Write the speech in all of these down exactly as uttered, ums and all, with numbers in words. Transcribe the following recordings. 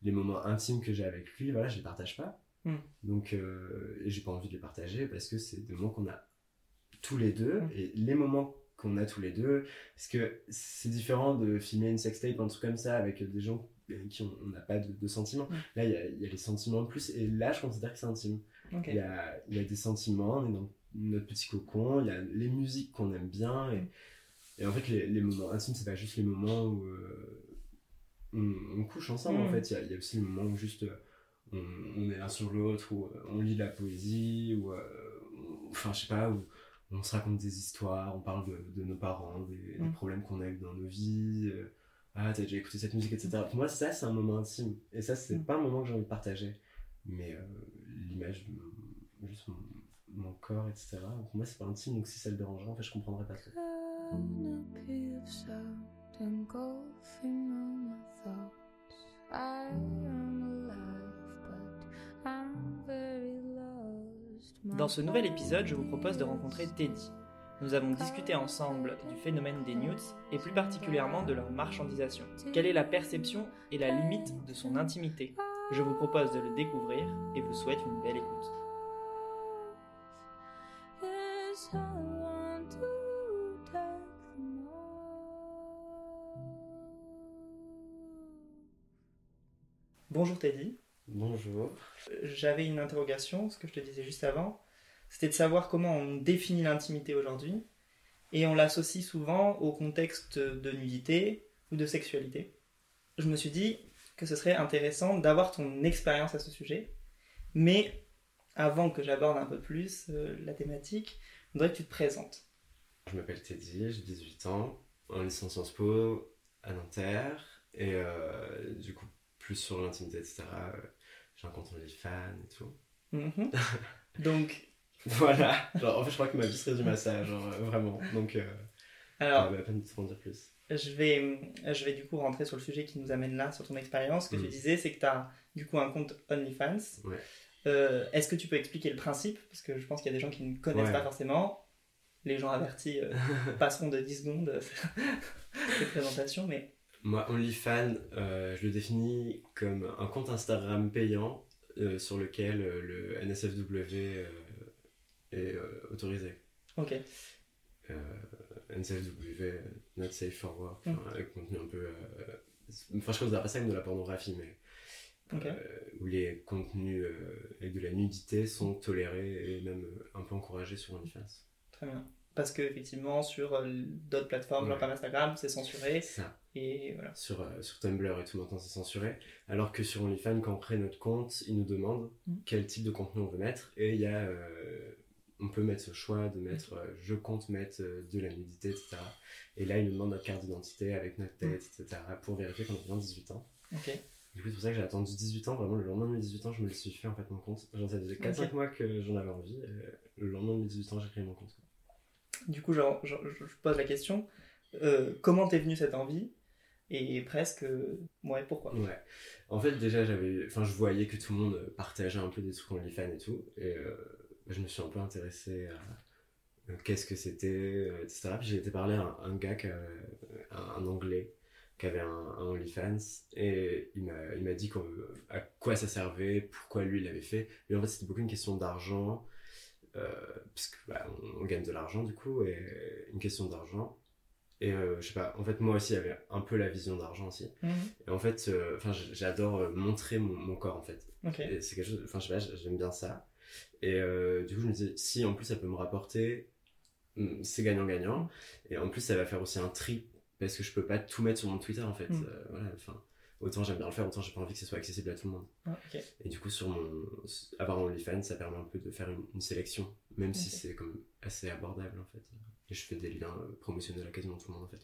les moments intimes que j'ai avec lui, voilà, je les partage pas. Mm. Donc, euh, et j'ai pas envie de les partager parce que c'est des moments qu'on a tous les deux. Mm. Et les moments qu'on a tous les deux, parce que c'est différent de filmer une sextape, un truc comme ça, avec des gens avec qui on n'a pas de, de sentiments. Mm. Là, il y a, y a les sentiments en plus, et là, je considère que c'est intime. Il Okay. y, a, y a des sentiments, on est dans notre petit cocon, il y a les musiques qu'on aime bien, et, et en fait, les, les moments intimes, c'est pas juste les moments où euh, on, on couche ensemble, Mm. en fait. Il y a, y a aussi les moments où juste euh, on, on est l'un sur l'autre, où euh, on lit de la poésie, ou euh, enfin, je sais pas, où on se raconte des histoires, on parle de, de nos parents, des, Mm. des problèmes qu'on a eu dans nos vies. Euh, ah, t'as déjà écouté cette musique, et cetera. Pour moi, ça, c'est un moment intime. Et ça, c'est Mm. pas un moment que j'ai envie de partager. Mais euh, l'image de mon, juste mon, mon corps, et cetera. Pour moi, c'est pas intime, donc si ça le dérangerait, en fait, je comprendrais pas trop. Canopy of sound engulfing all my thoughts. I am alive, but I'm very lost. Dans ce nouvel épisode, je vous propose de rencontrer Teddy. Nous avons discuté ensemble du phénomène des nudes et plus particulièrement de leur marchandisation. Quelle est la perception et la limite de son intimité ? Je vous propose de le découvrir et vous souhaite une belle écoute. Yes, I want to take them all. Bonjour Teddy. Bonjour. J'avais une interrogation, ce que je te disais juste avant. C'était de savoir comment on définit l'intimité aujourd'hui. Et on l'associe souvent au contexte de nudité ou de sexualité. Je me suis dit que ce serait intéressant d'avoir ton expérience à ce sujet. Mais avant que j'aborde un peu plus euh, la thématique, je voudrais que tu te présentes. Je m'appelle Teddy, j'ai dix-huit ans, en licence Sciences Po à Nanterre. Et euh, du coup, plus sur l'intimité, et cetera. Euh, j'ai un compte OnlyFans et tout. Mm-hmm. Donc, voilà. Genre, en fait, je crois que ma vie se résume à ça, genre, euh, vraiment. Donc, euh, alors, euh, bah, pas de t'en dire plus. je vais, je vais du coup rentrer sur le sujet qui nous amène là, sur ton expérience. Ce que Mm. tu disais, c'est que tu as du coup un compte OnlyFans. Ouais. Euh, est-ce que tu peux expliquer le principe ? Parce que je pense qu'il y a des gens qui ne connaissent Ouais. pas forcément. Les gens avertis euh, passeront de dix secondes ces présentations, mais... Moi, OnlyFans, euh, je le définis comme un compte Instagram payant euh, sur lequel euh, le N S F W euh, est euh, autorisé. Ok. Euh, N S F W, not safe for work, Mm. enfin, avec contenu un peu... Euh, enfin, je considère pas ça comme de la pornographie, mais... Ok. Euh, où les contenus euh, avec de la nudité sont tolérés et même euh, un peu encouragés sur OnlyFans. Très bien. Parce qu'effectivement, sur euh, d'autres plateformes, genre Ouais. comme Instagram, c'est censuré. C'est ça. Et voilà. Sur, euh, sur Tumblr et tout, maintenant c'est censuré. Alors que sur OnlyFans, quand on crée notre compte, ils nous demandent Mm. quel type de contenu on veut mettre. Et il y a, euh, on peut mettre ce choix de mettre, euh, je compte mettre euh, de la nudité, et cetera. Et là, ils nous demandent notre carte d'identité avec notre tête, et cetera. Pour vérifier qu'on a bien dix-huit ans. Ok. Du coup, c'est pour ça que j'ai attendu dix-huit ans. Vraiment, le lendemain de mes dix-huit ans, je me le suis fait en fait mon compte. Genre, ça faisait quatre cinq Ok. mois que j'en avais envie. Et le lendemain de mes dix-huit ans, j'ai créé mon compte. Du coup, genre, genre, je je pose la question. Euh, comment t'es venue cette envie ? Et presque, euh, ouais, pourquoi ? Ouais. En fait, déjà, j'avais, enfin, je voyais que tout le monde partageait un peu des trucs OnlyFans et tout, et euh, je me suis un peu intéressé à euh, qu'est-ce que c'était, euh, et cetera. Puis j'ai été parler à un, un gars, qui avait, un, un anglais, qui avait un, un OnlyFans, et il m'a, il m'a dit qu'on- à quoi ça servait, pourquoi lui il l'avait fait. Et en fait, c'était beaucoup une question d'argent, euh, parce que bah, on, on gagne de l'argent du coup, et une question d'argent. Et euh, je sais pas, en fait, moi aussi, j'avais un peu la vision d'argent aussi. Mhm. Et en fait, euh, enfin, j- j'adore euh, montrer mon, mon corps, en fait. Ok. Et c'est quelque chose, enfin, je sais pas, j- j'aime bien ça. Et euh, du coup, je me disais, si en plus ça peut me rapporter, hum, c'est gagnant-gagnant. Et en plus, ça va faire aussi un tri, parce que je peux pas tout mettre sur mon Twitter, en fait. Mm. Euh, voilà, enfin, autant j'aime bien le faire, autant j'ai pas envie que ce soit accessible à tout le monde. Ah, ok. Et du coup, sur mon, avoir un OnlyFans, ça permet un peu de faire une, une sélection, même si Ok. c'est comme assez abordable, en fait. Et je fais des liens euh, promotionnels à quasiment tout le monde, en fait.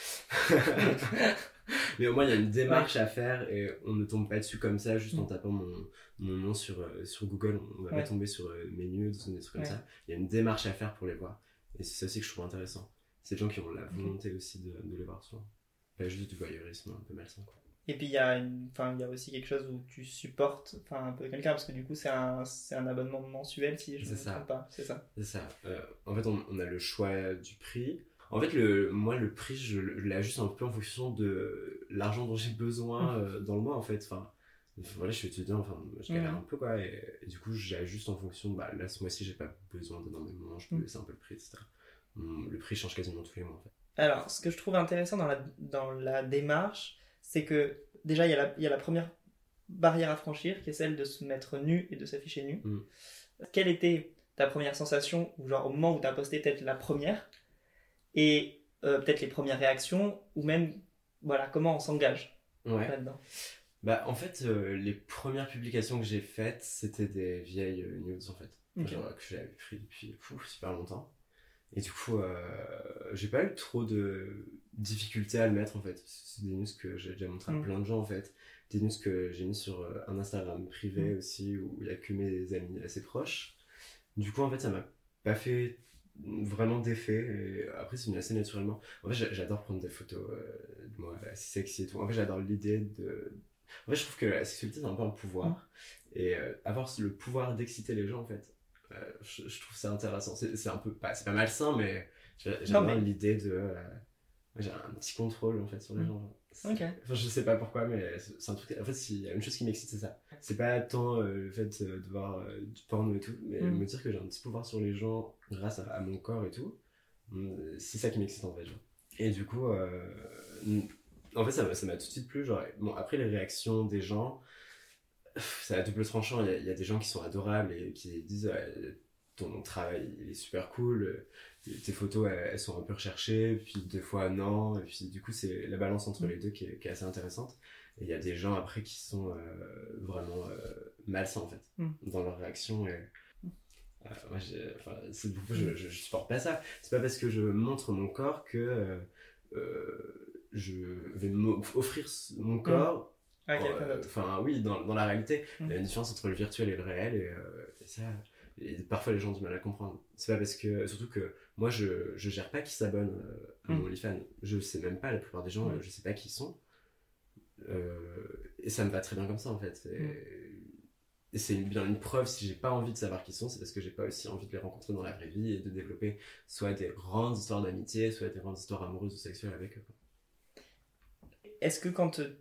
Mais, mais au moins, il y a une démarche à faire et on ne tombe pas dessus comme ça, juste en Mm. tapant mon, mon nom sur, euh, sur Google. On va Ouais. pas tomber sur euh, mes nudes ou des trucs comme Ouais. ça. Il y a une démarche à faire pour les voir. Et c'est ça aussi que je trouve intéressant. C'est des gens qui ont la volonté aussi de, de les voir souvent. Pas juste du voyeurisme un peu malsain, quoi. Et puis il y a une, enfin il y a aussi quelque chose où tu supportes, enfin un peu quelqu'un parce que du coup c'est un, c'est un abonnement mensuel si je ne me C'est ça. trompe pas, c'est ça. C'est ça. Euh, en fait, on, on a le choix du prix. En fait, le, moi, le prix, je, je l'ajuste un peu en fonction de l'argent dont j'ai besoin euh, dans le mois, en fait. Enfin, voilà, je suis étudiant, enfin, je galère Mhm. un peu, quoi, et, et du coup, j'ajuste en fonction, bah, là, ce mois-ci, j'ai pas besoin d'énormément, je peux Mhm. laisser un peu le prix, et cetera. Hum, Le prix change quasiment tous les mois, en fait. Alors, ce que je trouve intéressant dans la, dans la démarche, c'est que déjà, il y, a la, il y a la première barrière à franchir, qui est celle de se mettre nu et de s'afficher nu. Mm. Quelle était ta première sensation, ou genre au moment où tu as posté peut-être la première, et euh, peut-être les premières réactions, ou même, voilà, comment on s'engage Ouais. là-dedans. Bah, en fait, euh, les premières publications que j'ai faites, c'était des vieilles euh, news, en fait. Enfin, Ok. genre, que j'avais pris depuis pouf, super longtemps. Et du coup, euh, j'ai pas eu trop de difficultés à le mettre, en fait. C'est des news que j'ai déjà montré à Mm. plein de gens, en fait. Des news que j'ai mis sur euh, un Instagram privé Mm. aussi, où il y a que mes amis assez proches. Du coup, en fait, ça m'a pas fait vraiment d'effet. Et après, c'est venu assez naturellement. En fait, j'a- j'adore prendre des photos euh, de moi assez sexy et tout. En fait, j'adore l'idée de... En fait, je trouve que la sexualité, c'est un peu un pouvoir. Et euh, avoir le pouvoir d'exciter les gens, en fait, euh, je, je trouve ça intéressant. C'est c'est un peu... Pas, c'est pas malsain, mais j'a- j'adore mais- l'idée de... euh, j'ai un petit contrôle, en fait, sur les Mm. gens. C'est- Ok. Enfin, je sais pas pourquoi, mais c'est c'est un truc... En fait, s'il y a une chose qui m'excite, c'est ça. C'est pas tant euh, le fait euh, de voir euh, du porno et tout, mais Mm. me dire que j'ai un petit pouvoir sur les gens grâce à, à mon corps et tout. Mm, C'est ça qui m'excite, en fait, genre. Et du coup, euh, en fait, ça m'a ça m'a tout de suite plu. Genre, bon, après, les réactions des gens, c'est à double tranchant. Il y, a, il y a des gens qui sont adorables et qui disent ouais, ton travail il est super cool, tes photos elles, elles sont un peu recherchées, puis des fois non. Et puis du coup, c'est la balance entre les deux qui est, qui est assez intéressante. Et il y a des gens après qui sont euh, vraiment euh, malsains en fait Mm. dans leurs réactions. Et, euh, moi, j'ai- enfin, c'est beaucoup, je, je, je supporte pas ça. C'est pas parce que je montre mon corps que euh, euh, je vais m'offrir mon corps. À quelqu'un Euh, d'autre. Enfin, oui, dans, dans la réalité, Mm. il y a une différence entre le virtuel et le réel, et, euh, et ça, et parfois les gens ont du mal à comprendre. C'est pas parce que, surtout que moi, je, je gère pas qui s'abonne euh, à mon Mm. OnlyFans. Je sais même pas, la plupart des gens, Mm. euh, je sais pas qui ils sont. Euh, et ça me va très bien comme ça, en fait. Et, Mm. et c'est bien une preuve, si j'ai pas envie de savoir qui ils sont, c'est parce que j'ai pas aussi envie de les rencontrer dans la vraie vie et de développer soit des grandes histoires d'amitié, soit des grandes histoires amoureuses ou sexuelles avec eux. quoi. Est-ce que quand euh,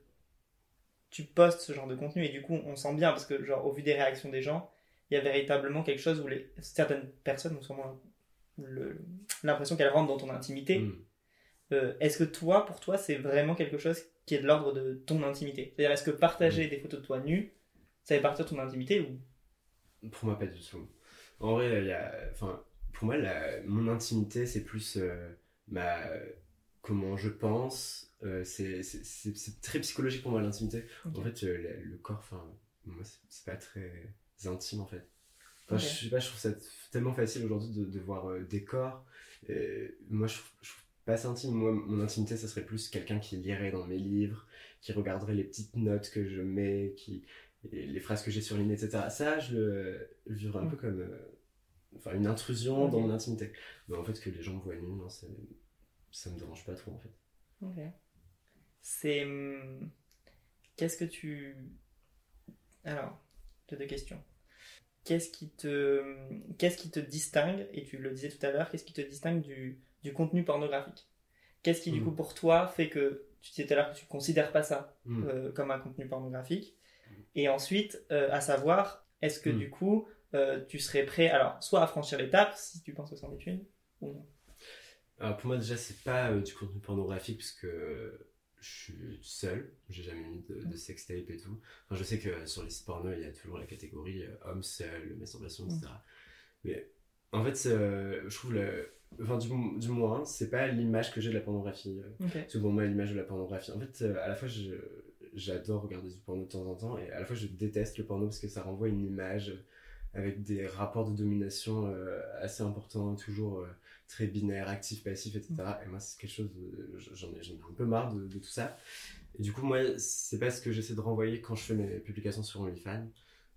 tu postes ce genre de contenu, et du coup on sent bien, parce que genre au vu des réactions des gens, il y a véritablement quelque chose où les, certaines personnes ont sûrement le- l'impression qu'elles rentrent dans ton intimité. Mm. Euh, est-ce que toi, pour toi, c'est vraiment quelque chose qui est de l'ordre de ton intimité? C'est-à-dire, est-ce que partager des photos de toi nu, ça fait partie de ton intimité ou... Pour moi, pas du tout. En vrai, il y a, enfin, pour moi, la, mon intimité, c'est plus euh, ma, comment je pense. Euh, c'est, c'est, c'est, c'est très psychologique pour moi, l'intimité. Ok. En fait, euh, le, le corps, enfin, moi, c'est, c'est pas très intime, en fait. Enfin, Ok. je sais pas, je trouve ça tellement facile aujourd'hui de, de voir euh, des corps. Et moi, je, trouve- je trouve pas ça intime. Moi, mon intimité, ça serait plus quelqu'un qui lirait dans mes livres, qui regarderait les petites notes que je mets, qui et les phrases que j'ai surlignées, et cetera. Ça, je le, je le vivrais un Mm. peu comme euh, enfin, une intrusion Ok. dans mon intimité. Mais en fait, que les gens me voient nu, non, c'est- ça me dérange pas trop, en fait. Ok. C'est... hum, Qu'est-ce que tu... Alors, j'ai deux questions. Qu'est-ce qui te, qu'est-ce qui te distingue, et tu le disais tout à l'heure, qu'est-ce qui te distingue du, du contenu pornographique? Qu'est-ce qui, du Mm. coup, pour toi, fait que, tu disais tout à l'heure que tu ne considères pas ça Mm. euh, comme un contenu pornographique? Et ensuite, euh, à savoir, est-ce que, Mm. du coup, euh, tu serais prêt, alors, soit à franchir l'étape, si tu penses que c'en est une, ou non? Alors, pour moi, déjà, c'est pas euh, du contenu pornographique, parce que euh, je suis seul, j'ai jamais mis de, de sextape et tout. Enfin, je sais que sur les sites porno, il y a toujours la catégorie euh, homme seul, masturbation, et cetera. Mais en fait, c'est, euh, je trouve, le, enfin, du, du moins, c'est pas l'image que j'ai de la pornographie. euh. Ok. C'est pour moi l'image de la pornographie. En fait, euh, à la fois, je, j'adore regarder du porno de temps en temps, et à la fois, je déteste le porno parce que ça renvoie une image avec des rapports de domination euh, assez importants, toujours euh, très binaires, actifs, passifs, et cetera. Et moi, c'est quelque chose, de, j'en, ai, j'en ai un peu marre de, de tout ça. Et du coup, moi, c'est pas ce que j'essaie de renvoyer quand je fais mes publications sur OnlyFans.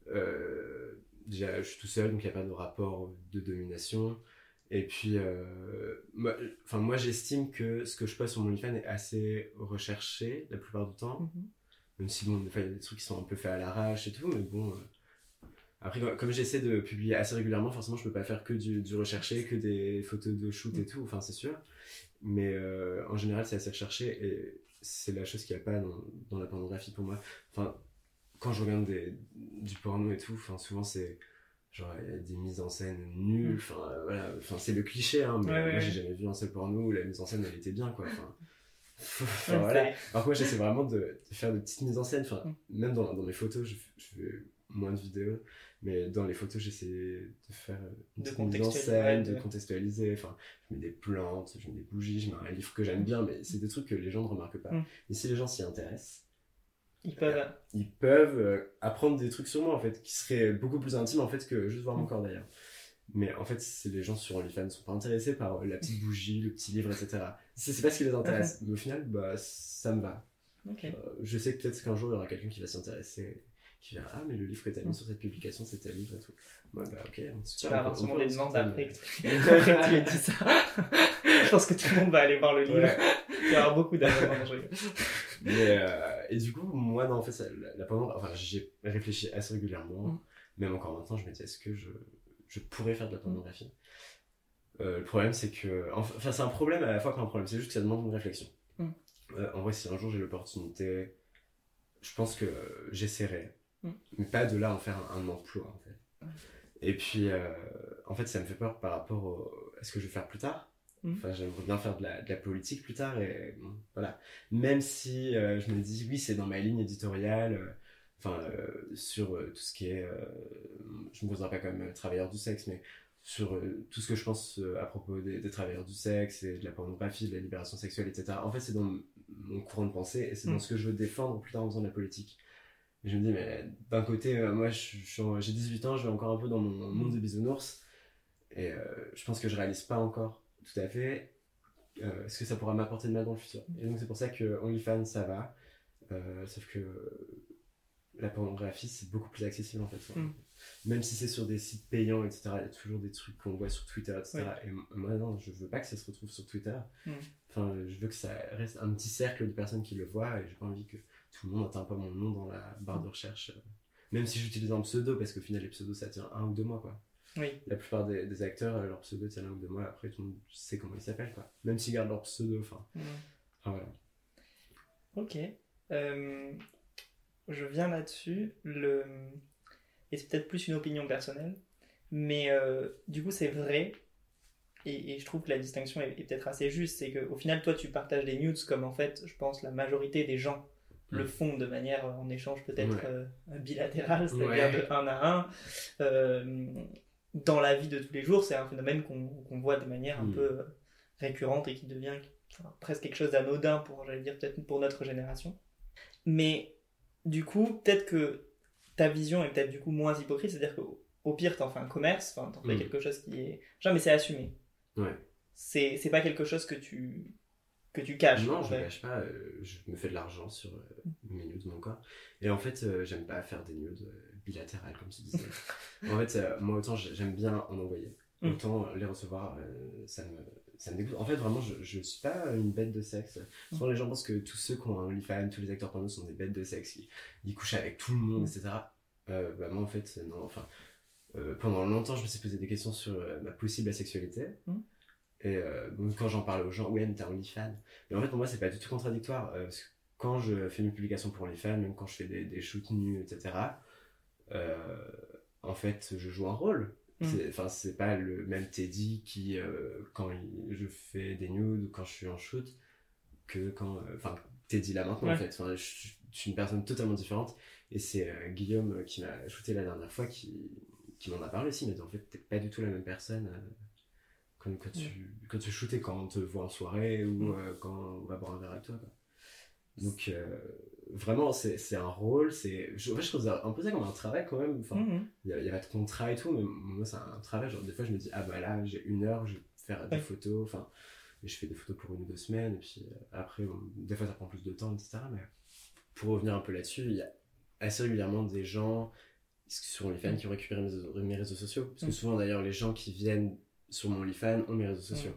Euh, déjà, je suis tout seul, donc il n'y a pas de rapport de domination. Et puis, euh, moi, enfin, moi, j'estime que ce que je poste sur mon OnlyFans est assez recherché la plupart du temps. Mhm. Même si, bon, des fois, il y a des trucs qui sont un peu faits à l'arrache et tout, mais bon. Euh, après, comme j'essaie de publier assez régulièrement, forcément, je peux pas faire que du, du recherché, que des photos de shoot et tout, enfin, c'est sûr. Mais euh, en général, c'est assez recherché et c'est la chose qu'il n'y a pas dans, dans la pornographie pour moi. Enfin, quand quand je regarde des, du porno et tout, enfin, souvent c'est genre il y a des mises en scène nulles, enfin euh, voilà, enfin c'est le cliché, hein, mais Ouais, ouais, moi ouais. j'ai jamais vu un seul porno où la mise en scène elle était bien, quoi. Enfin, enfin, Ouais, voilà. c'est- Alors que moi j'essaie vraiment de, de faire des petites mises en scène, enfin, Mm. même dans, dans mes photos, je, f- je fais moins de vidéos, mais dans les photos j'essaie de faire une De petite mise en contextualiser, scène, ouais, de de- contextualiser, enfin, je mets des plantes, je mets des bougies, je mets un livre que j'aime bien, mais c'est des trucs que les gens ne remarquent pas. Mm. Et si les gens s'y intéressent, Ils peuvent. ils peuvent euh, apprendre des trucs sur moi, en fait, qui seraient beaucoup plus intimes, en fait, que juste voir mon Mm. corps, d'ailleurs. Mais en fait, c'est les gens sur OnlyFans ne sont pas intéressés par euh, la petite bougie, le petit livre, et cetera. C'est c'est pas ce qui les intéresse. Mais au final, bah, ça me va. Ok. Euh, je sais que peut-être qu'un jour, il y aura quelqu'un qui va s'y intéresser, qui va ah, mais le livre que t'as mis Mm. sur cette publication, c'est tel livre et tout. Moi, bah, ok, on se Tu tient. vas on avoir peut- sûrement on peut des en demandes discuter, après mais- que tu aies dit ça. Je pense que tout le monde va aller voir le livre. Ouais. Il y aura beaucoup d'abonnements. Non, je rigole. Mais, euh, et du coup, moi, non, en fait, ça, la, la porno- enfin, j'ai réfléchi assez régulièrement. Mm. Même encore maintenant, je me dis, est-ce que je, je pourrais faire de la pornographie Euh, Le problème, c'est que. Enfin, c'est un problème à la fois qu'un problème. C'est juste que ça demande une réflexion. Mm. Euh, en vrai, si un jour j'ai l'opportunité, je pense que j'essaierai. Mm. Mais pas de là en faire un, un emploi, en fait. Mm. Et puis, euh, en fait, ça me fait peur par rapport au, à ce que je vais faire plus tard. Mm. Enfin, j'aimerais bien faire de la, de la politique plus tard, et bon, voilà. Même si euh, je me dis, oui, c'est dans ma ligne éditoriale, euh, enfin, euh, sur euh, tout ce qui est. Euh, je me poserai pas comme euh, travailleur du sexe, mais sur euh, tout ce que je pense euh, à propos des, des travailleurs du sexe et de la pornographie, de la libération sexuelle, et cetera. En fait, c'est dans m- mon courant de pensée et c'est Mm. dans ce que je veux défendre plus tard en faisant de la politique. Et je me dis, mais d'un côté, euh, moi, je, je suis en- j'ai dix-huit ans, je vais encore un peu dans mon monde de bisounours, et euh, je pense que je réalise pas encore tout à fait euh, ce que ça pourra m'apporter de mal dans le futur. Et donc, c'est pour ça que OnlyFans, ça va, euh, sauf que la pornographie, c'est beaucoup plus accessible en fait. Mm. Même si c'est sur des sites payants, et cetera, il y a toujours des trucs qu'on voit sur Twitter, et cetera. Et m- moi, non, je veux pas que ça se retrouve sur Twitter. Mm. Enfin, je veux que ça reste un petit cercle de personnes qui le voient et j'ai pas envie que tout le monde n'atteint pas mon nom dans la barre de recherche. euh, Même si j'utilise un pseudo, parce qu'au final, les pseudos, ça tient un ou deux mois, quoi. Oui. La plupart des, des acteurs, euh, leur pseudo tient un ou deux mois, après tout le monde sait comment ils s'appellent, quoi. Même s'ils gardent leur pseudo, enfin. Mm. Enfin, voilà. Ok. Euh, je viens là-dessus. Le... Et c'est peut-être plus une opinion personnelle. Mais euh, du coup, c'est vrai. Et, et je trouve que la distinction est, est peut-être assez juste. C'est qu'au final, toi, tu partages des nudes comme en fait, je pense, la majorité des gens le Mm. font de manière euh, en échange peut-être Ouais. euh, bilatérale, c'est-à-dire Ouais. de un à un. Euh, dans la vie de tous les jours, c'est un phénomène qu'on qu'on voit de manière un Mm. peu euh, récurrente et qui devient enfin, presque quelque chose d'anodin pour, j'allais dire, peut-être pour notre génération. Mais du coup, peut-être que ta vision est peut-être du coup moins hypocrite, c'est-à-dire qu'au au pire, t'en fais un commerce, enfin, t'en fais Mm. quelque chose qui est... Genre, mais c'est assumé. Ouais. C'est c'est pas quelque chose que tu, que tu caches. Non, en je ne fait. cache pas, euh, je me fais de l'argent sur euh, mes nudes de mon corps. Et en fait, euh, j'aime pas faire des nudes euh, bilatérales, comme tu disais. En fait, euh, moi, autant j'ai- j'aime bien en envoyer, Mm. autant euh, les recevoir, euh, ça, me, ça me dégoûte. En fait, vraiment, je, je suis pas une bête de sexe. Souvent, les gens pensent que tous ceux qui ont un OnlyFans, tous les acteurs porno sont des bêtes de sexe, ils, ils couchent avec tout le monde, Mm. et cetera. Euh, bah, moi, en fait, non, enfin... euh, pendant longtemps, je me suis posé des questions sur euh, ma possible asexualité. Mm. Et euh, bon, quand j'en parlais aux gens, ouais, mais t'es OnlyFans. Mais en fait, pour moi, c'est pas du tout contradictoire. euh, parce que quand je fais mes publications pour OnlyFans, même quand je fais des, des shoots nus, et cetera, euh, en fait, je joue un rôle. Mm. C'est- Enfin, c'est pas le même Teddy qui, euh, quand il- je fais des nudes ou quand je suis en shoot, que quand. euh, Enfin, Teddy là maintenant, Ouais. en fait. Enfin, je, je suis une personne totalement différente. Et c'est euh, Guillaume euh, qui m'a shooté la dernière fois qui, qui m'en a parlé aussi. Il m'a dit en fait, t'es pas du tout la même personne. euh, Quand, quand, tu, quand tu shootes et quand on te voit en soirée ou Mm. euh, quand on va boire un verre avec toi. Quoi. Donc, euh, vraiment, c'est c'est un rôle. c'est je, en fait, je trouve ça un peu ça comme un travail quand même. Enfin, Mhm. il n'y a, y a pas de contrat et tout, mais moi, c'est un travail. Genre, des fois, je me dis, ah bah là, j'ai une heure, je vais faire des Ouais. photos. Enfin, et je fais des photos pour une ou deux semaines. Et puis euh, après, bon, des fois, ça prend plus de temps, et cetera. Mais pour revenir un peu là-dessus, il y a assez régulièrement des gens sur OnlyFans qui ont récupéré mes, mes réseaux sociaux. Parce que Mm. souvent, d'ailleurs, les gens qui viennent sur mon OnlyFans ont mes réseaux sociaux.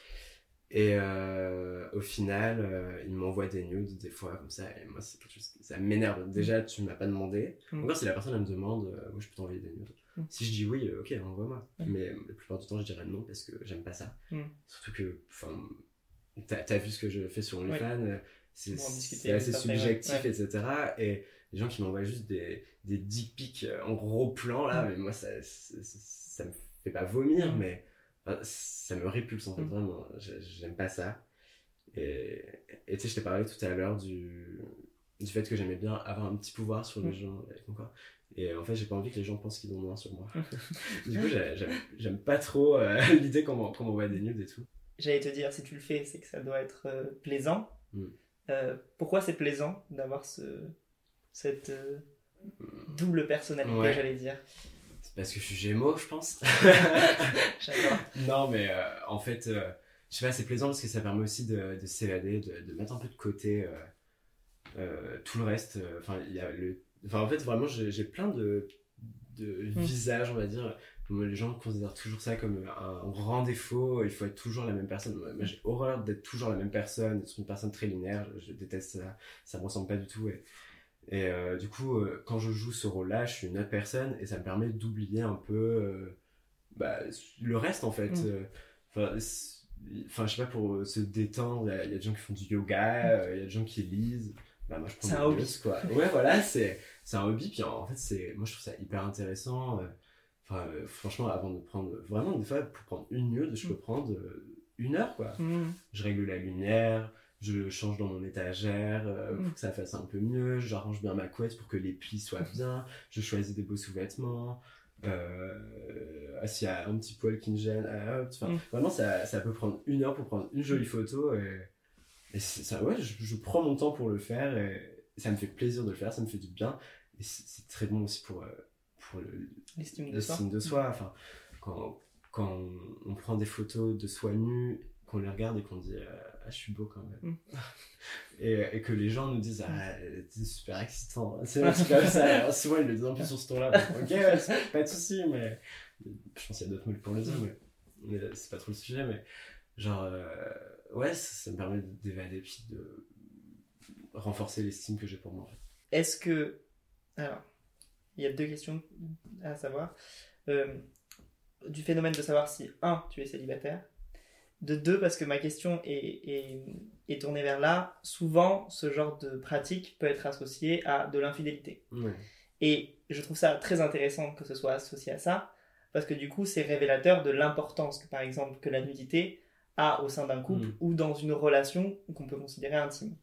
Et euh, au final, euh, ils m'envoient des nudes des fois comme ça. Et moi, c'est quelque chose, ça m'énerve. Déjà, tu m'as pas demandé. Mm. Encore, si la personne elle me demande, euh, moi, je peux t'envoyer des nudes. Mm. Si je dis oui, euh, ok, envoie-moi. Mm. Mais la plupart du temps, je dirais non parce que j'aime pas ça. Mm. Surtout que, enfin, t'as, t'as vu ce que je fais sur OnlyFans. euh, C'est, Pour en discuter c'est assez juste après, ouais. subjectif, Ouais. et cetera. Et des gens qui m'envoient juste des, des dick pics en gros plan là, Mm. mais moi ça, ça, ça, ça me fait pas vomir, Mm. mais enfin, ça me répulse en fait, Mm. vraiment, J'ai- j'aime pas ça. Et et tu sais, je t'ai parlé tout à l'heure du, du fait que j'aimais bien avoir un petit pouvoir sur les Mm. gens avec mon corps. Et en fait, j'ai pas envie que les gens pensent qu'ils ont moins sur moi. Du coup, j'ai- j'aime, j'aime pas trop euh, l'idée qu'on m'en- qu'on m'envoie des nudes et tout. J'allais te dire, si tu le fais, c'est que ça doit être euh, plaisant. Mm. Euh, pourquoi c'est plaisant d'avoir ce, cette euh, double personnalité, Ouais. j'allais dire. C'est parce que je suis Gémeaux, je pense. J'adore. Non, mais euh, en fait, euh, je sais pas, c'est plaisant parce que ça permet aussi de, de s'évader, de, de mettre un peu de côté euh, euh, tout le reste. euh, Enfin, il y a le. Enfin, en fait, vraiment, j'ai j'ai plein de, de visages, on va dire. Moi, les gens considèrent toujours ça comme un grand défaut. Il faut être toujours la même personne. Moi, moi, j'ai horreur d'être toujours la même personne, d'être une personne très linéaire. Je, je déteste ça. Ça me ressemble pas du tout. Et, et euh, du coup, euh, quand je joue ce rôle-là, je suis une autre personne et ça me permet d'oublier un peu euh, bah, le reste en fait. Mm. Euh, Enfin, c'est- enfin, je sais pas, pour se détendre, il y, a il y a des gens qui font du yoga, euh, il y a des gens qui lisent. Bah, moi, je prends C'est des un hobby. news, quoi. Ouais, voilà, c'est c'est un hobby. Puis en, en fait, c'est moi, je trouve ça hyper intéressant. euh, Enfin, euh, franchement, avant de prendre. Vraiment, des fois, pour prendre une nude, je peux Mm. prendre euh, une heure, quoi. Mm. Je règle la lumière, je change dans mon étagère euh, Mm. pour que ça fasse un peu mieux, j'arrange bien ma couette pour que les plis soient bien, je choisis des beaux sous-vêtements. Euh, ah, s'il y a un petit poil qui me gêne, ah, hop, enfin, Mm. vraiment, ça, ça peut prendre une heure pour prendre une jolie photo. Et, et c'est ça, ouais, je, je prends mon temps pour le faire et ça me fait plaisir de le faire, ça me fait du bien. Et c'est c'est très bon aussi pour, euh, pour le, L'estime de soi. l'estime de soi. Enfin, quand, quand on, on prend des photos de soi nu, qu'on les regarde et qu'on dit euh, ah, je suis beau quand même. Mm. Et, et que les gens nous disent ah, t'es super excitant. C'est un petit peu comme ça. Alors, souvent, ils le disent un peu sur ce ton-là. Donc, ok, ouais, c'est pas de soucis, mais je pense qu'il y a d'autres mots pour le dire, mais, mais c'est pas trop le sujet. Mais genre, euh, ouais, ça, ça me permet d'évader puis de renforcer l'estime que j'ai pour moi. En fait. Est-ce que... Alors, il y a deux questions à savoir. Euh, du phénomène de savoir si, un, tu es célibataire. De deux, parce que ma question est, est, est tournée vers là. Souvent, ce genre de pratique peut être associé à de l'infidélité. Ouais. Et je trouve ça très intéressant que ce soit associé à ça, parce que du coup, c'est révélateur de l'importance que, par exemple, que la nudité a au sein d'un couple Mm. ou dans une relation qu'on peut considérer intime.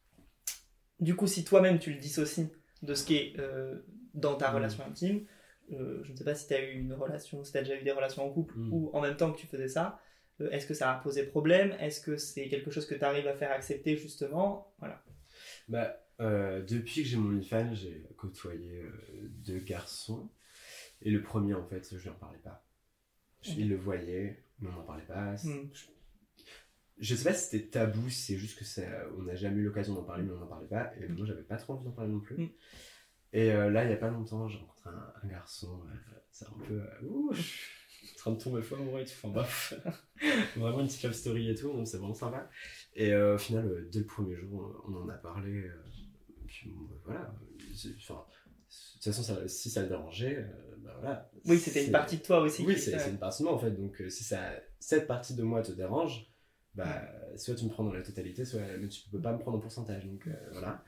Du coup, si toi-même tu le dissocies de ce qui est euh, dans ta Mm. relation intime, euh, je ne sais pas si tu as eu une relation, si tu as déjà eu des relations en couple Mm. ou en même temps que tu faisais ça, euh, est-ce que ça a posé problème? Est-ce que c'est quelque chose que tu arrives à faire accepter justement? Voilà. Bah, euh, depuis que j'ai mon OnlyFans, j'ai côtoyé euh, deux garçons. Et le premier, en fait, je lui en parlais pas. Je- Ok. Il le voyait, mais on n'en parlait pas. C'est- Mm. Je, je sais pas si c'était tabou, si c'est juste que ça, on n'a jamais eu l'occasion d'en parler, mais on n'en parlait pas. Et moi, j'avais pas trop envie d'en parler non plus. Mm. Et euh, là, il y a pas longtemps, j'ai rencontré un, un garçon. euh, c'est un peu. euh, ouh, je suis en train de tomber fou amoureux et tout. Enfin, bref. Vraiment une petite love story et tout, donc c'est vraiment sympa. Et euh, au final, euh, dès le premier jour, on en a parlé. Euh, puis bon, bah, voilà. C'est- Enfin, de toute façon, ça- si ça le dérangeait, euh, bah voilà. Oui, c'était une C'est- partie de toi aussi. Oui, qui c'est était- c'est une partie de moi en fait. Donc euh, si ça, cette partie de moi te dérange, bah soit tu me prends dans la totalité, soit mais tu peux pas me prendre en pourcentage. Donc euh, voilà.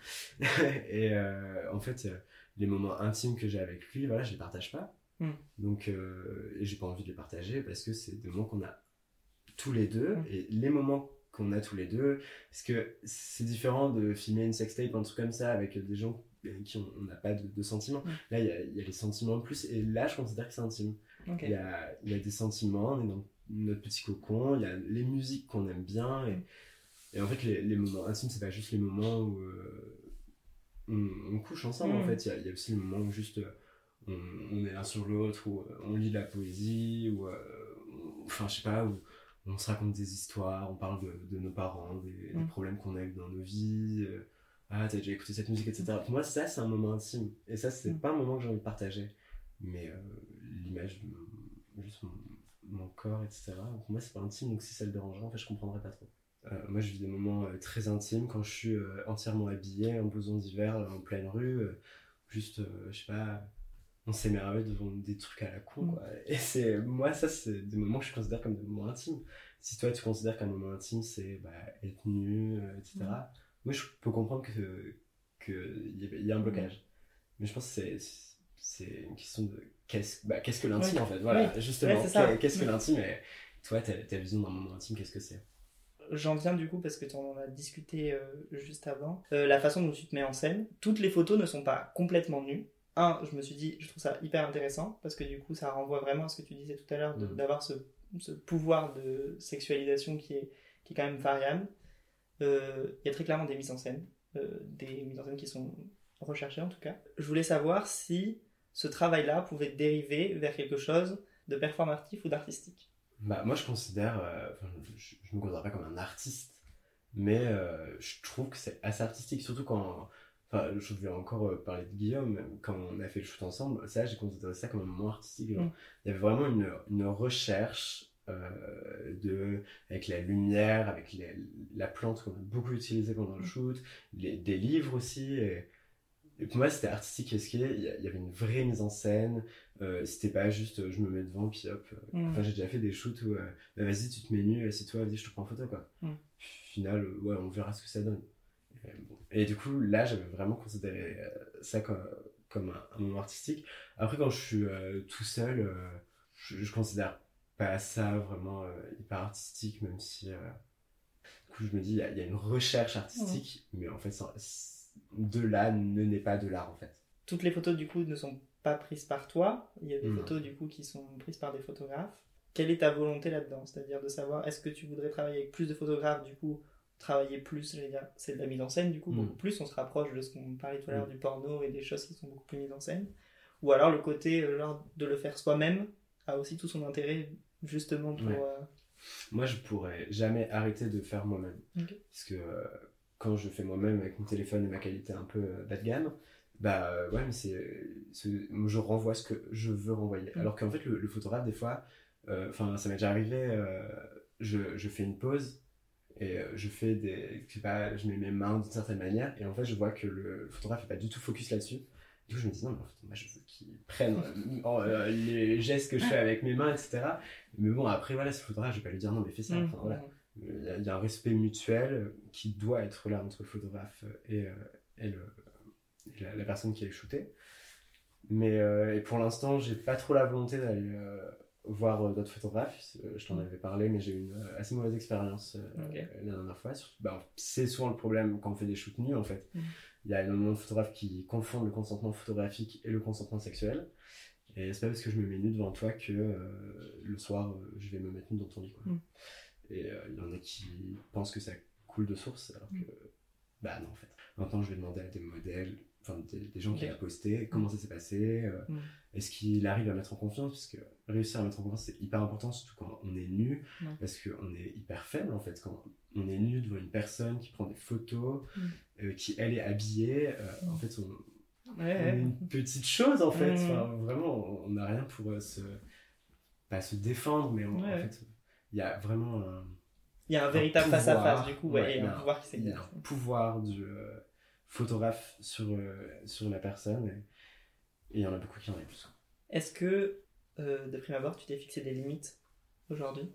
Et euh, en fait, euh, les moments intimes que j'ai avec lui, voilà, je les partage pas. Mm. Donc euh, et j'ai pas envie de les partager parce que c'est des moments qu'on a tous les deux Mm. et les moments qu'on a tous les deux, parce que c'est différent de filmer une sextape, un truc comme ça avec des gens avec qui on n'a pas de, de sentiments. Mm. Là, il y a, il y a les sentiments en plus et là, je considère que c'est intime. Ok. Il y a, il y a des sentiments, on est dans notre petit cocon, il y a les musiques qu'on aime bien. Et, et en fait, les, les moments intimes, c'est pas juste les moments où euh, on, on couche ensemble. Mm. En fait, il y, a, il y a aussi les moments où juste euh, on, on est l'un sur l'autre, où euh, on lit de la poésie, ou enfin, je sais pas, où on se raconte des histoires, on parle de, de nos parents, des, Mm. des problèmes qu'on a eu dans nos vies. Euh, ah, t'as déjà écouté cette musique, et cetera. Pour moi, ça, c'est un moment intime. Et ça, c'est Mm. pas un moment que j'ai envie de partager. Mais euh, l'image de mon- juste mon, mon corps, et cetera. Pour moi, c'est pas intime, donc si ça le dérangerait, en fait, je comprendrais pas trop. Euh, moi, je vis des moments euh, très intimes quand je suis euh, entièrement habillé, en blouson d'hiver, euh, en pleine rue. euh, juste, euh, je sais pas, on s'émerveille devant des trucs à la con, Mm. quoi. Et c'est, moi, ça, c'est des moments que je considère comme des moments intimes. Si toi, tu considères qu'un moment intime, c'est bah, être nu, euh, et cetera. Moi, je peux comprendre que qu'il y, ait- y a un blocage. Mais je pense que c'est, c'est une question de qu'est-ce, bah, qu'est-ce que l'intime Oui. en fait. Voilà, Oui. justement. Ouais, c'est ça. Qu'est-ce que Oui. l'intime et toi, ta, ta vision d'un moment intime, qu'est-ce que c'est? J'en viens du coup parce que tu en as discuté euh, juste avant. Euh, la façon dont tu te mets en scène. Toutes les photos ne sont pas complètement nues. Un, je me suis dit, je trouve ça hyper intéressant parce que du coup, ça renvoie vraiment à ce que tu disais tout à l'heure, de- Mm. d'avoir ce, ce pouvoir de sexualisation qui est, qui est quand même variable. Euh, Il y a très clairement des mises en scène, euh, des mises en scène qui sont recherchées en tout cas. Je voulais savoir si ce travail-là pouvait dériver vers quelque chose de performatif ou d'artistique. Bah, moi, je considère, euh, enfin, je, je me considère pas comme un artiste, mais euh, je trouve que c'est assez artistique, surtout quand, enfin, je vais encore euh, parler de Guillaume, quand on a fait le shoot ensemble, ça, j'ai considéré ça comme un moment artistique. Genre. Mm. Il y avait vraiment une, une recherche euh, de, avec la lumière, avec les, la plante qu'on a beaucoup utilisée pendant le shoot, les, des livres aussi. Et, et pour moi, c'était artistique, parce qu'il y, a- il y avait une vraie mise en scène. Euh, c'était pas juste euh, je me mets devant, puis hop. euh, Mm. Enfin, j'ai déjà fait des shoots où euh, bah, vas-y, tu te mets nu, assieds-toi, vas-y, je te prends en photo, quoi. Mm. Puis, au final, euh, ouais, on verra ce que ça donne. Et, bon. Et du coup, là, j'avais vraiment considéré euh, ça comme, comme un, un moment artistique. Après, quand je suis euh, tout seul, euh, je, je considère pas ça vraiment euh, hyper artistique, même si. euh, du coup, je me dis, il y, a- il y a une recherche artistique, mais en fait, ça- de là ne naît pas de l'art, en fait. Toutes les photos du coup ne sont pas prises par toi, il y a des Mm. photos du coup qui sont prises par des photographes. Quelle est ta volonté là-dedans? C'est-à-dire de savoir, est-ce que tu voudrais travailler avec plus de photographes, du coup travailler plus, je veux dire, c'est de la mise en scène du coup, Mm. beaucoup plus, on se rapproche de ce qu'on parlait tout à l'heure Mm. du porno et des choses qui sont beaucoup plus mises en scène. Ou alors le côté euh, genre, de le faire soi-même a aussi tout son intérêt justement pour... Ouais. euh, Moi, je pourrais jamais arrêter de faire moi-même. Ok. Parce que euh, quand je fais moi-même avec mon téléphone et ma qualité un peu euh, bas de gamme, bah euh, ouais, mais c'est, c'est- je renvoie ce que je veux renvoyer. Mm. Alors qu'en fait, le, le photographe, des fois, enfin, ça m'est déjà arrivé, euh, je, je fais une pause et euh, je fais des. Je sais pas, je mets mes mains d'une certaine manière et en fait, je vois que le, le photographe n'est pas du tout focus là-dessus. Du coup, je me dis non, mais en fait, moi, je veux qu'il prenne euh, en, euh, les gestes que je fais avec mes mains, et cetera. Mais bon, après, voilà, ce photographe, je vais pas lui dire non, mais fais ça. Mm. Enfin, voilà. Il y, a, il y a un respect mutuel qui doit être là entre le photographe et, euh, et, le, et la, la personne qui est shootée. Mais euh, et pour l'instant, j'ai pas trop la volonté d'aller euh, voir euh, d'autres photographes. Euh, Je t'en Mm. avais parlé, mais j'ai eu une euh, assez mauvaise expérience euh, Ok. la dernière fois. Surtout- bah, c'est souvent le problème quand on fait des shoots nus, en fait. Mm. Il y a énormément de photographes qui confondent le consentement photographique et le consentement sexuel. Et c'est pas parce que je me mets nu devant toi que euh, le soir, euh, je vais me mettre nu dans ton lit, quoi. Mm. Et euh, il y en a qui pensent que ça coule de source, alors que, bah non, en fait. Maintenant, je vais demander à des modèles, enfin des, des gens qui Ok. l'ont posté, comment ça s'est passé, euh, Mm. est-ce qu'il arrive à mettre en confiance, parce que réussir à mettre en confiance, c'est hyper important, surtout quand on est nu, Mm. parce qu'on est hyper faible, en fait, quand on est nu devant une personne qui prend des photos, Mm. euh, qui, elle, est habillée, euh, Mm. en fait, on, Ouais, on est ouais. une petite chose, en fait. Mm. Enfin, vraiment, on n'a rien pour euh, se... pas se défendre, mais on- Ouais, en ouais. fait, il y a vraiment un... Il y a un un véritable face à pouvoir, face du coup, ouais, ouais, et il y un a pouvoir qui il y a s'exerce. un pouvoir du euh, photographe sur, euh, sur la personne, et et il y en a beaucoup qui en abusent. Est-ce que, euh, de prime abord, tu t'es fixé des limites aujourd'hui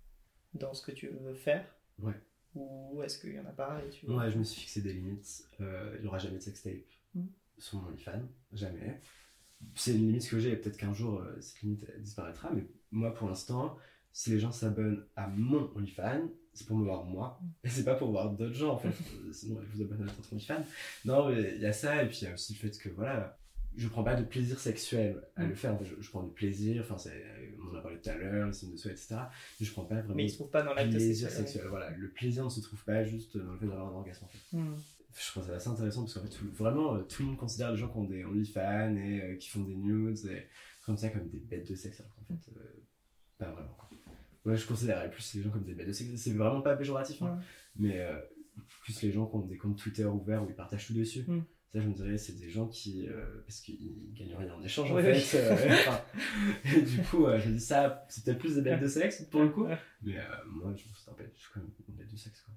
dans ce que tu veux faire? Ouais. Ou est-ce qu'il y en a pas et tu... Ouais, je me suis fixé des limites. Euh, il n'y aura jamais de sextape Mm. sur mon OnlyFans, jamais. C'est une limite que j'ai, et peut-être qu'un jour euh, cette limite elle disparaîtra, mais moi pour l'instant, si les gens s'abonnent à mon OnlyFans, c'est pour me voir moi, et c'est pas pour voir d'autres gens en fait. Euh, Sinon, ils vous abonnent à votre OnlyFans. Non, mais il y a ça, et puis il y a aussi le fait que voilà, je prends pas de plaisir sexuel à Mm. le faire. En fait, je, je prends du plaisir, enfin, c'est, on en a parlé tout à l'heure, le signe de soi, et cetera. Mais je prends pas vraiment Mais il se trouve pas dans l'acte plaisir sexuel. sexuel. Voilà, le plaisir ne se trouve pas juste dans le fait d'avoir un orgasme en fait. Hmm. Je trouve ça assez intéressant parce qu'en fait, tout- vraiment, euh, tout le monde considère les gens qui ont des OnlyFans et euh, qui font des nudes et comme ça, comme des bêtes de sexe, alors qu'en fait, euh, pas vraiment. Quoi. Moi, je considérerais plus les gens comme des bêtes de sexe. C'est vraiment pas péjoratif, hein, Ouais. mais euh, plus les gens qui ont des comptes Twitter ouverts où ils partagent tout dessus. Mm. Ça, je me dirais, c'est des gens qui. euh, parce qu'ils gagnent rien en échange, en Oui, fait. euh, enfin, et du coup, euh, je me dis ça, c'est peut-être plus des bêtes de sexe pour le coup. Mais euh, moi, je me suis je suis quand même une bête de sexe, quoi.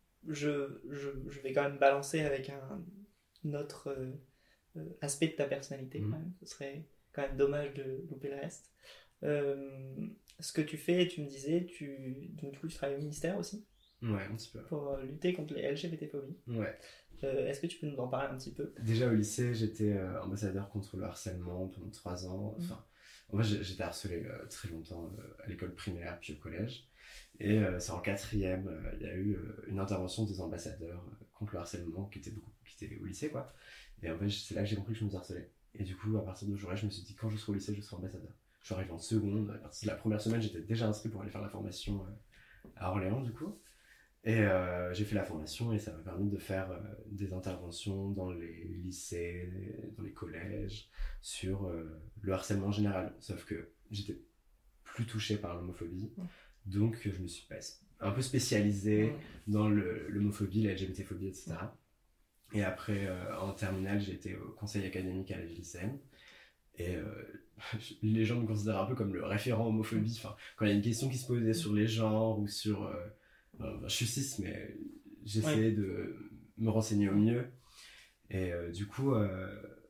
Je, je, je vais quand même balancer avec un, un autre euh, euh, aspect de ta personnalité. Mhm. Quand même. Ce serait quand même dommage de louper le reste. Euh, ce que tu fais, tu me disais, tu, donc, du coup, tu travailles au ministère aussi. Ouais, un petit peu. pour euh, lutter contre les L G B T-phobies. Ouais. Euh, Est-ce que tu peux nous en parler un petit peu? Déjà au lycée, j'étais euh, ambassadeur contre le harcèlement pendant trois ans. Enfin, en fait, j'ai- j'étais harcelé euh, très longtemps euh, à l'école primaire puis au collège. Et euh, c'est en quatrième, euh, il y a eu euh, une intervention des ambassadeurs euh, contre le harcèlement qui était, beaucoup, qui était au lycée, quoi. Et en fait, c'est là que j'ai compris que je me harcelais. Et du coup, à partir de ce jour-là, je me suis dit, quand je serai au lycée, je serai ambassadeur. Je suis arrivé en seconde. À partir de la première semaine, j'étais déjà inscrit pour aller faire la formation euh, à Orléans, du coup. Et euh, j'ai fait la formation et ça m'a permis de faire euh, des interventions dans les lycées, dans les collèges, sur euh, le harcèlement en général. Sauf que j'étais plus touché par l'homophobie, Mmh. donc je me suis pas un peu spécialisé Mmh. dans le- l'homophobie, la L G B T-phobie, et cetera. Et après, euh, en terminale, j'ai été au conseil académique à la vie lycéenne. Et euh, les gens me considèrent un peu comme le référent homophobie. Enfin, quand il y a une question qui se posait sur les genres ou sur... Euh, euh, je suis cis, mais j'essayais Ouais. de me renseigner au mieux. Et euh, du coup, euh,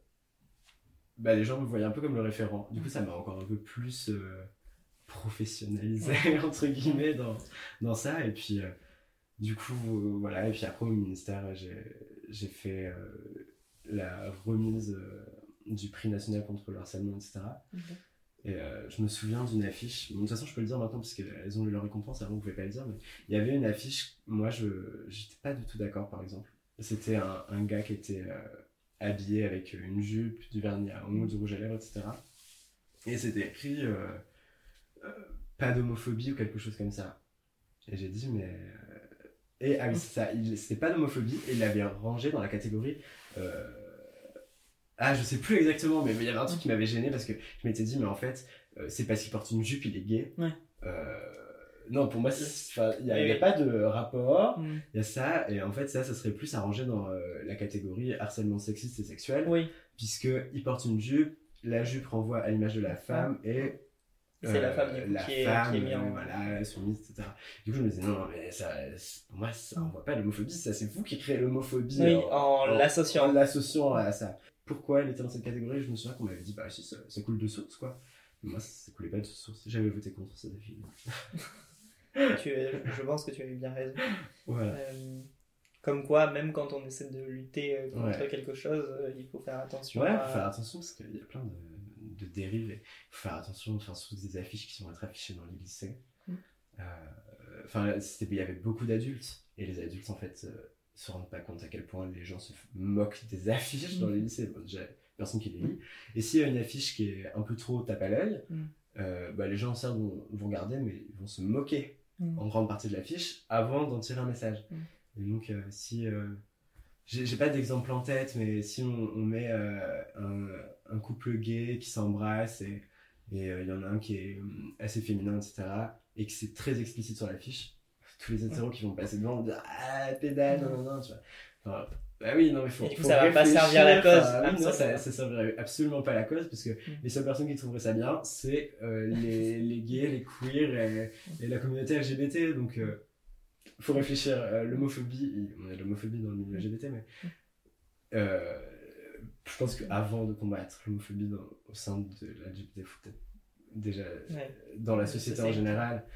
bah, les gens me voyaient un peu comme le référent. Du coup, ça m'a encore un peu plus euh, professionnalisé, entre guillemets, dans, dans ça. Et puis, euh, du coup, euh, voilà. Et puis après, au ministère, j'ai, j'ai fait euh, la remise euh, du prix national contre le harcèlement, et cetera. Ok. Et euh, je me souviens d'une affiche, bon, de toute façon je peux le dire maintenant parce qu'elles ont eu leur récompense, avant on pouvait pas le dire, mais il y avait une affiche, moi je j'étais pas du tout d'accord par exemple. C'était un, un gars qui était euh, habillé avec une jupe, du vernis à ongles, du rouge à lèvres, et cetera. Et c'était écrit euh, euh, pas d'homophobie ou quelque chose comme ça. Et j'ai dit mais... euh, Et ah oui c'est ça, il, c'était pas d'homophobie et il l'avait rangé dans la catégorie... Euh, Ah, je sais plus exactement, mais il y avait un truc qui m'avait gêné parce que je m'étais dit, mais en fait, euh, c'est parce qu'il porte une jupe, il est gay. Ouais. Euh, non, pour moi, il n'y a, Oui, y a oui. pas de rapport. Mm. Il y a ça, et en fait, ça, ça serait plus arrangé dans euh, la catégorie harcèlement sexiste et sexuel, Oui, puisqu'il porte une jupe, la jupe renvoie à l'image de la femme, et. c'est la femme du coup la qui, est, femme, qui est mise en... euh, voilà, soumise, et cetera. Du coup, je me disais, non, mais ça, c'est- pour moi, ça renvoie pas à l'homophobie, ça, c'est vous qui créez l'homophobie. Oui, en, en l'associant. En l'associant à ça. Pourquoi elle était dans cette catégorie? Je me souviens qu'on m'avait dit, bah si, ça, ça coule de source, quoi. Mais moi, ça, ça coulait pas de source. J'avais voté contre cette affiche. tu, je pense que tu avais bien raison. Voilà. Euh, comme quoi, même quand on essaie de lutter euh, contre Ouais. quelque chose, euh, il faut faire attention. Ouais, à... faut faire attention parce qu'il y a plein de, de dérives. Il faut faire attention, enfin, surtout des affiches qui vont être affichées dans les lycées. Mm. Euh, Enfin, c'était- il y avait beaucoup d'adultes. Et les adultes, en fait, euh, se rendent pas compte à quel point les gens se f- moquent des affiches dans les lycées. Bon, déjà, personne qui les lit. Et s'il y a une affiche qui est un peu trop tape à l'œil, Mm. euh, bah, les gens certes vont, vont regarder, mais ils vont se moquer Mm. en grande partie de l'affiche avant d'en tirer un message. Mm. Et donc, euh, si. Euh, j'ai, j'ai pas d'exemple en tête, mais si on, on met euh, un, un couple gay qui s'embrasse et il et, euh, y en a un qui est hum, assez féminin, et cetera, et que c'est très explicite sur l'affiche, tous les hétéros qui vont passer devant vont dire ah pédale, non, non, non, tu vois. Enfin, bah oui, non, mais faut. Et du coup, faut ça va pas réfléchir, servir la cause, enfin, oui, non, absolument. ça, ça servirait absolument pas la cause, parce que Mm. les seules personnes qui trouveraient ça bien, c'est euh, les, les gays, les queers et, et la communauté L G B T. Donc, euh, faut réfléchir. Euh, l'homophobie, on a de l'homophobie dans le milieu L G B T, mais euh, je pense qu'avant de combattre l'homophobie dans- au sein de la L G B T, il faut peut-être déjà Ouais. dans la Ouais, société c'est en ça. général.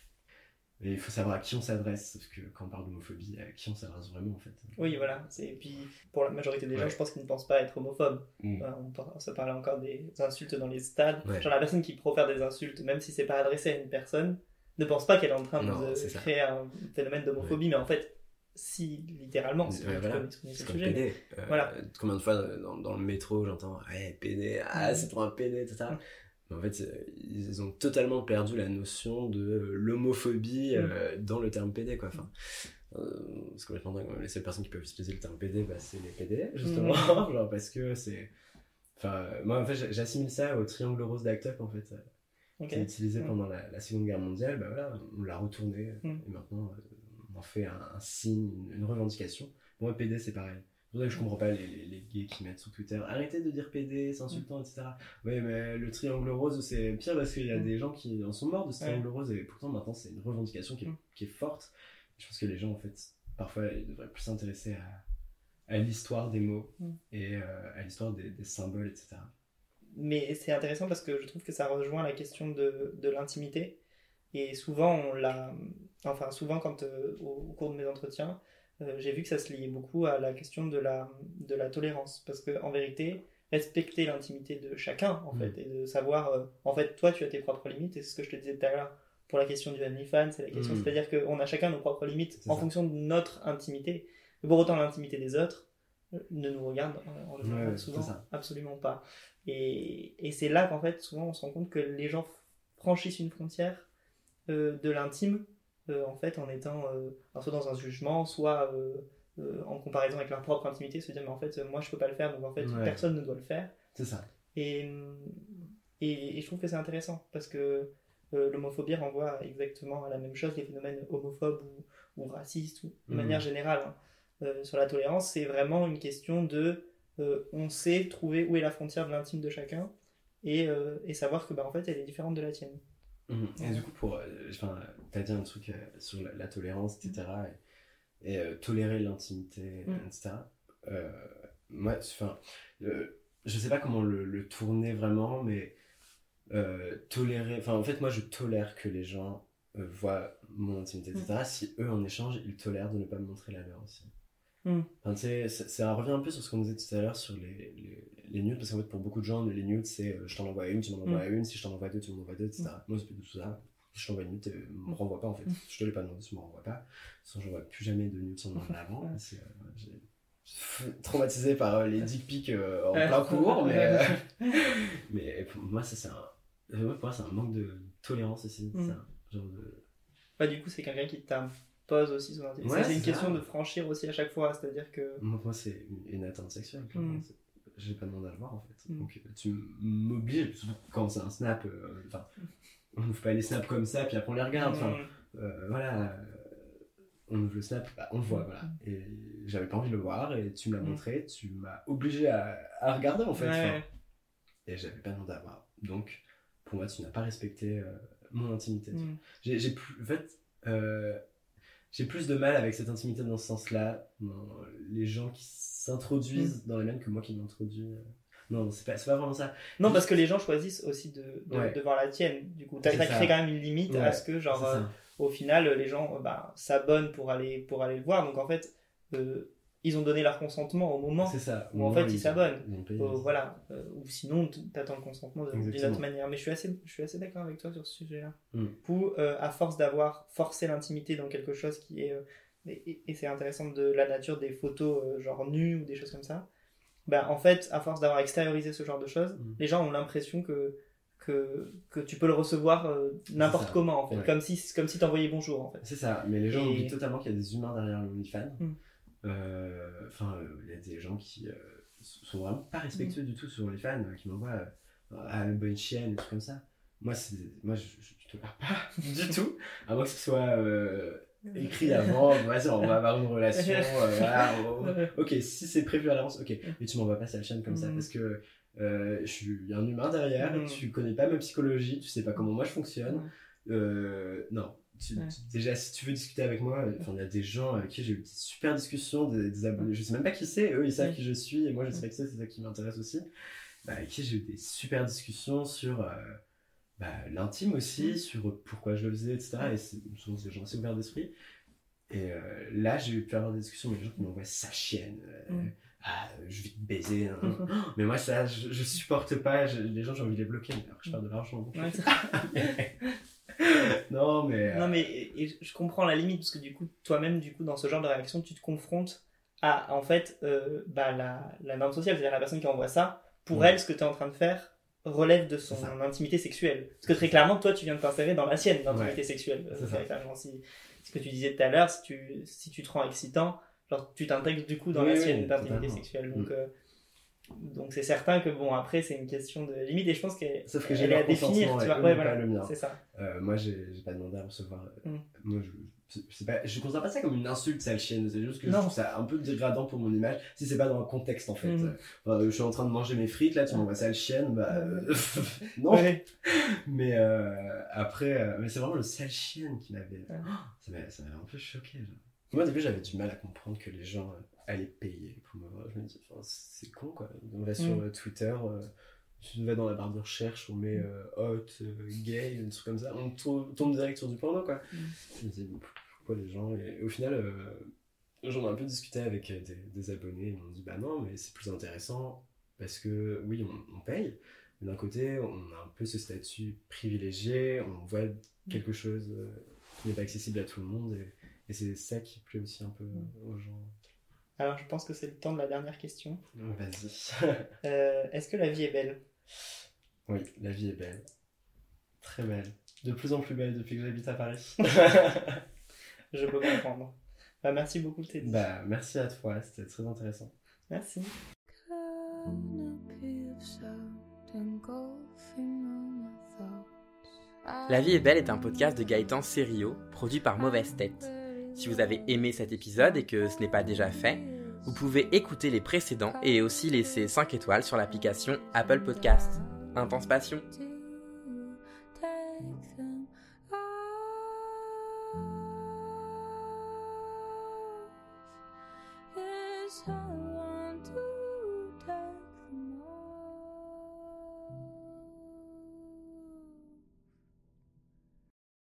Et il faut savoir à qui on s'adresse, parce que quand on parle d'homophobie, à qui on s'adresse vraiment en fait. Oui, voilà. C'est... Et puis, pour la majorité des gens, Ouais. je pense qu'ils ne pensent pas être homophobes. Mm. Enfin, on, par- on se parlait encore des insultes dans les stades. Ouais. Genre, la personne qui profère des insultes, même si c'est pas adressé à une personne, ne pense pas qu'elle est en train Non, de c'est ça. créer un phénomène d'homophobie, mais en fait, si, littéralement, c'est Ouais, tu voilà. connais- tu connais ce C'est comme sujet. P D. Euh, Voilà. Combien de fois euh, dans, dans le métro j'entends ouais, P D, ah Mm. c'est pour un P D, et cetera. Mm. Mais en fait, euh, ils ont totalement perdu la notion de euh, l'homophobie euh, dans le terme P D, quoi. Enfin, euh, c'est complètement dingue. Les seules personnes qui peuvent utiliser le terme P D, bah, c'est les P D, justement. Mm. Genre parce que c'est. Enfin, euh, moi en fait, j'a- j'assimile ça au triangle rose d'Act Up, en fait. Ok. Qui est utilisé Mm. pendant la, la Seconde Guerre mondiale, bah voilà, on l'a retourné, Mm. et maintenant euh, on en fait un, un signe, une, une revendication. Pour moi, P D, c'est pareil. C'est pour ça que je comprends pas les, les, les gays qui mettent sur Twitter arrêtez de dire P D, c'est insultant, et cetera. Oui, mais le triangle rose, c'est pire parce qu'il y a Mm. des gens qui en sont morts de ce Ouais. triangle rose, et pourtant maintenant c'est une revendication qui est, Mm. qui est forte. Je pense que les gens, en fait, parfois, ils devraient plus s'intéresser à, à l'histoire des mots Mm. et euh, à l'histoire des, des symboles, et cetera. Mais c'est intéressant parce que je trouve que ça rejoint la question de, de l'intimité. Et souvent, on l'a... Enfin, souvent, quand, euh, au, au cours de mes entretiens, euh, j'ai vu que ça se liait beaucoup à la question de la, de la tolérance. Parce qu'en vérité, respecter l'intimité de chacun, en Mm. fait, et de savoir... euh, en fait, toi, tu as tes propres limites, et c'est ce que je te disais tout à l'heure pour la question du OnlyFans, c'est la question... Mm. C'est-à-dire qu'on a chacun nos propres limites C'est en ça. fonction de notre intimité. Mais pour autant, l'intimité des autres euh, ne nous regarde euh, en général Ouais, souvent c'est ça. absolument pas. Et, et c'est là qu'en fait, souvent, on se rend compte que les gens franchissent une frontière euh, de l'intime, euh, en fait, en étant euh, alors soit dans un jugement, soit euh, euh, en comparaison avec leur propre intimité, se dire, mais en fait, moi, je peux pas le faire, donc en fait, Ouais. personne ne doit le faire. C'est ça. Et, et, et je trouve que c'est intéressant, parce que euh, l'homophobie renvoie exactement à la même chose, les phénomènes homophobes ou, ou racistes, ou de Mhm. manière générale. Hein. Euh, sur la tolérance, c'est vraiment une question de euh, on sait trouver où est la frontière de l'intime de chacun et, euh, et savoir que bah, en fait elle est différente de la tienne. Mhm. Et du coup, pour, euh, enfin, t'as dit un truc euh, sur la, la tolérance, et cetera. Et, et, euh, tolérer l'intimité, Mm. et cetera. Euh, moi, enfin, euh, je sais pas comment le, le tourner vraiment, mais euh, tolérer. Enfin, en fait, moi, je tolère que les gens euh, voient mon intimité, et cetera. Si eux, en échange, ils tolèrent de ne pas me montrer la leur aussi. Mm. Enfin, tu sais, ça, ça revient un peu sur ce qu'on disait tout à l'heure sur les, les, les nudes, parce qu'en fait, pour beaucoup de gens, les nudes, c'est euh, je t'en envoie une, tu m'en envoies une, si je t'en envoie deux, tu m'en envoies deux, et cetera. Moi, c'est plus tout ça. Je t'envoie une nude, tu me renvoies pas en fait. Je te l'ai pas demandé, tu me renvoies pas. Sinon, j'envoie plus jamais de nudes sans demander avant. Ouais. C'est, euh, j'ai- je suis traumatisé par euh, les dick pics euh, en plein cours, mais, euh, mais pour moi, ça, c'est un, pour moi, c'est un manque de tolérance aussi. Mm. Ça, genre de... Bah, du coup, c'est quelqu'un qui t'impose aussi son intimité. Ouais, c'est une c'est question ça. de franchir aussi à chaque fois, c'est-à-dire que. Moi, pour moi, c'est une, une atteinte sexuelle. clairement. Mm. C'est- J'ai pas demandé à le voir en fait. Mm. Donc euh, tu m'obliges, surtout quand c'est un snap, euh, enfin, on ouvre pas les snaps comme ça, puis après on les regarde. Enfin, Mm. euh, voilà, euh, on ouvre le snap, bah, on le voit, voilà. Et j'avais pas envie de le voir, et tu me l'as Mm. montré, tu m'as obligé à, à regarder en fait. Ouais. Enfin, et j'avais pas demandé à voir. Donc, pour moi, tu n'as pas respecté euh, mon intimité. tu vois. Mm. J'ai, j'ai plus, en fait, euh, j'ai plus de mal avec cette intimité dans ce sens-là. Non, les gens qui s'introduisent dans les mêmes que moi qui m'introduis. euh, Non, c'est pas, c'est pas vraiment ça. Non, parce que les gens choisissent aussi de, de, Ouais. de voir la tienne. Du coup, t'as C'est t'as ça. créé quand même une limite Ouais, à ce que, genre, c'est ça. euh, au final, les gens euh, bah, s'abonnent pour aller, pour aller le voir. Donc, en fait, euh, ils ont donné leur consentement au moment C'est ça. où, en fait, ils s'abonnent. Ils ont payé. Euh, voilà. Euh, ou sinon, t- t'attends le consentement de- d'une Exactement. autre manière. Mais je suis assez, je suis assez d'accord avec toi sur ce sujet-là. Mm. Du coup, euh, à force d'avoir forcé l'intimité dans quelque chose qui est... euh, et, et- et c'est intéressant de la nature des photos euh, genre nues ou des choses comme ça. Bah, en fait, à force d'avoir extériorisé ce genre de choses, Mm. les gens ont l'impression que, que, que tu peux le recevoir euh, n'importe ça. comment, en fait. Ouais. Comme si, comme si t'envoyais bonjour, en fait. C'est ça, mais les gens Et- oublient totalement qu'il y a des humains derrière le OnlyFans. Mm. Euh, Enfin, euh, il y a des gens qui euh, sont vraiment pas respectueux du tout sur OnlyFans, euh, qui m'envoient euh, à une bonne chienne, des trucs comme ça. Moi, c'est, moi je, je, je te parle pas du tout, à moins que ce soit euh, écrit avant, vas-y, on va avoir une relation, euh, voilà, oh, oh. Ok, si c'est prévu à l'avance, ok, mais tu m'envoies pas cette chaîne comme ça, Mm. parce que euh, je suis il y a un humain derrière, Mm. tu connais pas ma psychologie, tu sais pas comment moi je fonctionne. Ouais. Euh, non, tu, Ouais. tu- déjà si tu veux discuter avec moi, enfin il y a des gens avec qui j'ai eu des super discussions, des, des abonnés, je sais même pas qui c'est, eux ils savent Ouais. qui je suis et moi je sais que c'est, c'est ça qui m'intéresse aussi. Bah, avec qui j'ai eu des super discussions sur euh, bah, l'intime aussi, Mm. sur pourquoi je le faisais, et cetera. Et c'est souvent des gens assez ouverts d'esprit. Et euh, là j'ai pu avoir des discussions avec des gens qui m'envoient sa chienne. euh, Mm. Ah, je vais te baiser. Hein. Mais moi, ça, je, je supporte pas. Je- les gens, j'ai envie de les bloquer. Alors que je perds de l'argent. donc- Ouais, c'est- non, mais. euh, Non, mais et, et je comprends la limite, parce que du coup, toi-même, du coup, dans ce genre de réaction, tu te confrontes à, en fait, euh, bah, la, la norme sociale, c'est-à-dire la personne qui envoie ça, pour Ouais. elle, ce que tu es en train de faire relève de son C'est ça. intimité sexuelle. Parce que très clairement, toi, tu viens de t'insérer dans la sienne, l'intimité Ouais. sexuelle. C'est Euh, ça. véritablement. Si, ce que tu disais tout à l'heure, si tu, si tu te rends excitant, genre, tu t'intègres du coup dans Oui, la oui, sienne d'intimité totalement. sexuelle. Donc, Mm. euh, donc c'est certain que, bon, après, c'est une question de limite, et je pense qu'elle Sauf que j'ai elle est à leur définir, consentement tu et vois. eux Ouais, n'ont voilà, pas le mien. c'est ça. Euh, moi, j'ai, j'ai pas demandé à recevoir. euh, Mm. Moi, je. c'est- c'est pas, je considère pas ça comme une insulte, sale chienne. C'est juste que je Non. trouve ça un peu dégradant pour mon image. Si c'est pas dans un contexte, en fait. Mm. Euh, enfin, je suis en train de manger mes frites, là, tu m'envoies sale chienne. Bah. euh, non. Ouais. Mais euh, après, euh, mais c'est vraiment le sale chienne qui m'avait. Ouais. Oh, ça m'avait ça m'avait un peu choqué. Genre. Moi, au début, j'avais du mal à comprendre que les gens euh, allaient payer pour me voir. Je me dis, enfin, c'est con quoi. On va sur Mm. euh, Twitter, euh, tu vas dans la barre de recherche, on met euh, hot, euh, gay, un truc comme ça, on tourne, tombe direct sur du porno, quoi. Mm. Je me dis, pourquoi les gens... Et au final, euh, j'en ai un peu discuté avec des, des abonnés, ils m'ont dit, bah non, mais c'est plus intéressant, parce que, oui, on, on paye, mais d'un côté, on a un peu ce statut privilégié, on voit quelque chose euh, qui n'est pas accessible à tout le monde, et, et c'est ça qui plaît aussi un peu euh, aux gens. Alors, je pense que c'est le temps de la dernière question. Vas-y. euh, est-ce que la vie est belle ? Oui, la vie est belle. Très belle. De plus en plus belle depuis que j'habite à Paris. Je peux comprendre. Bah, merci beaucoup, Teddy. Bah, merci à toi, c'était très intéressant. Merci. La vie est belle est un podcast de Gaëtan Serio, produit par Mauvaise Tête. Si vous avez aimé cet épisode et que ce n'est pas déjà fait, vous pouvez écouter les précédents et aussi laisser cinq étoiles sur l'application Apple Podcast. Intense passion. Yes,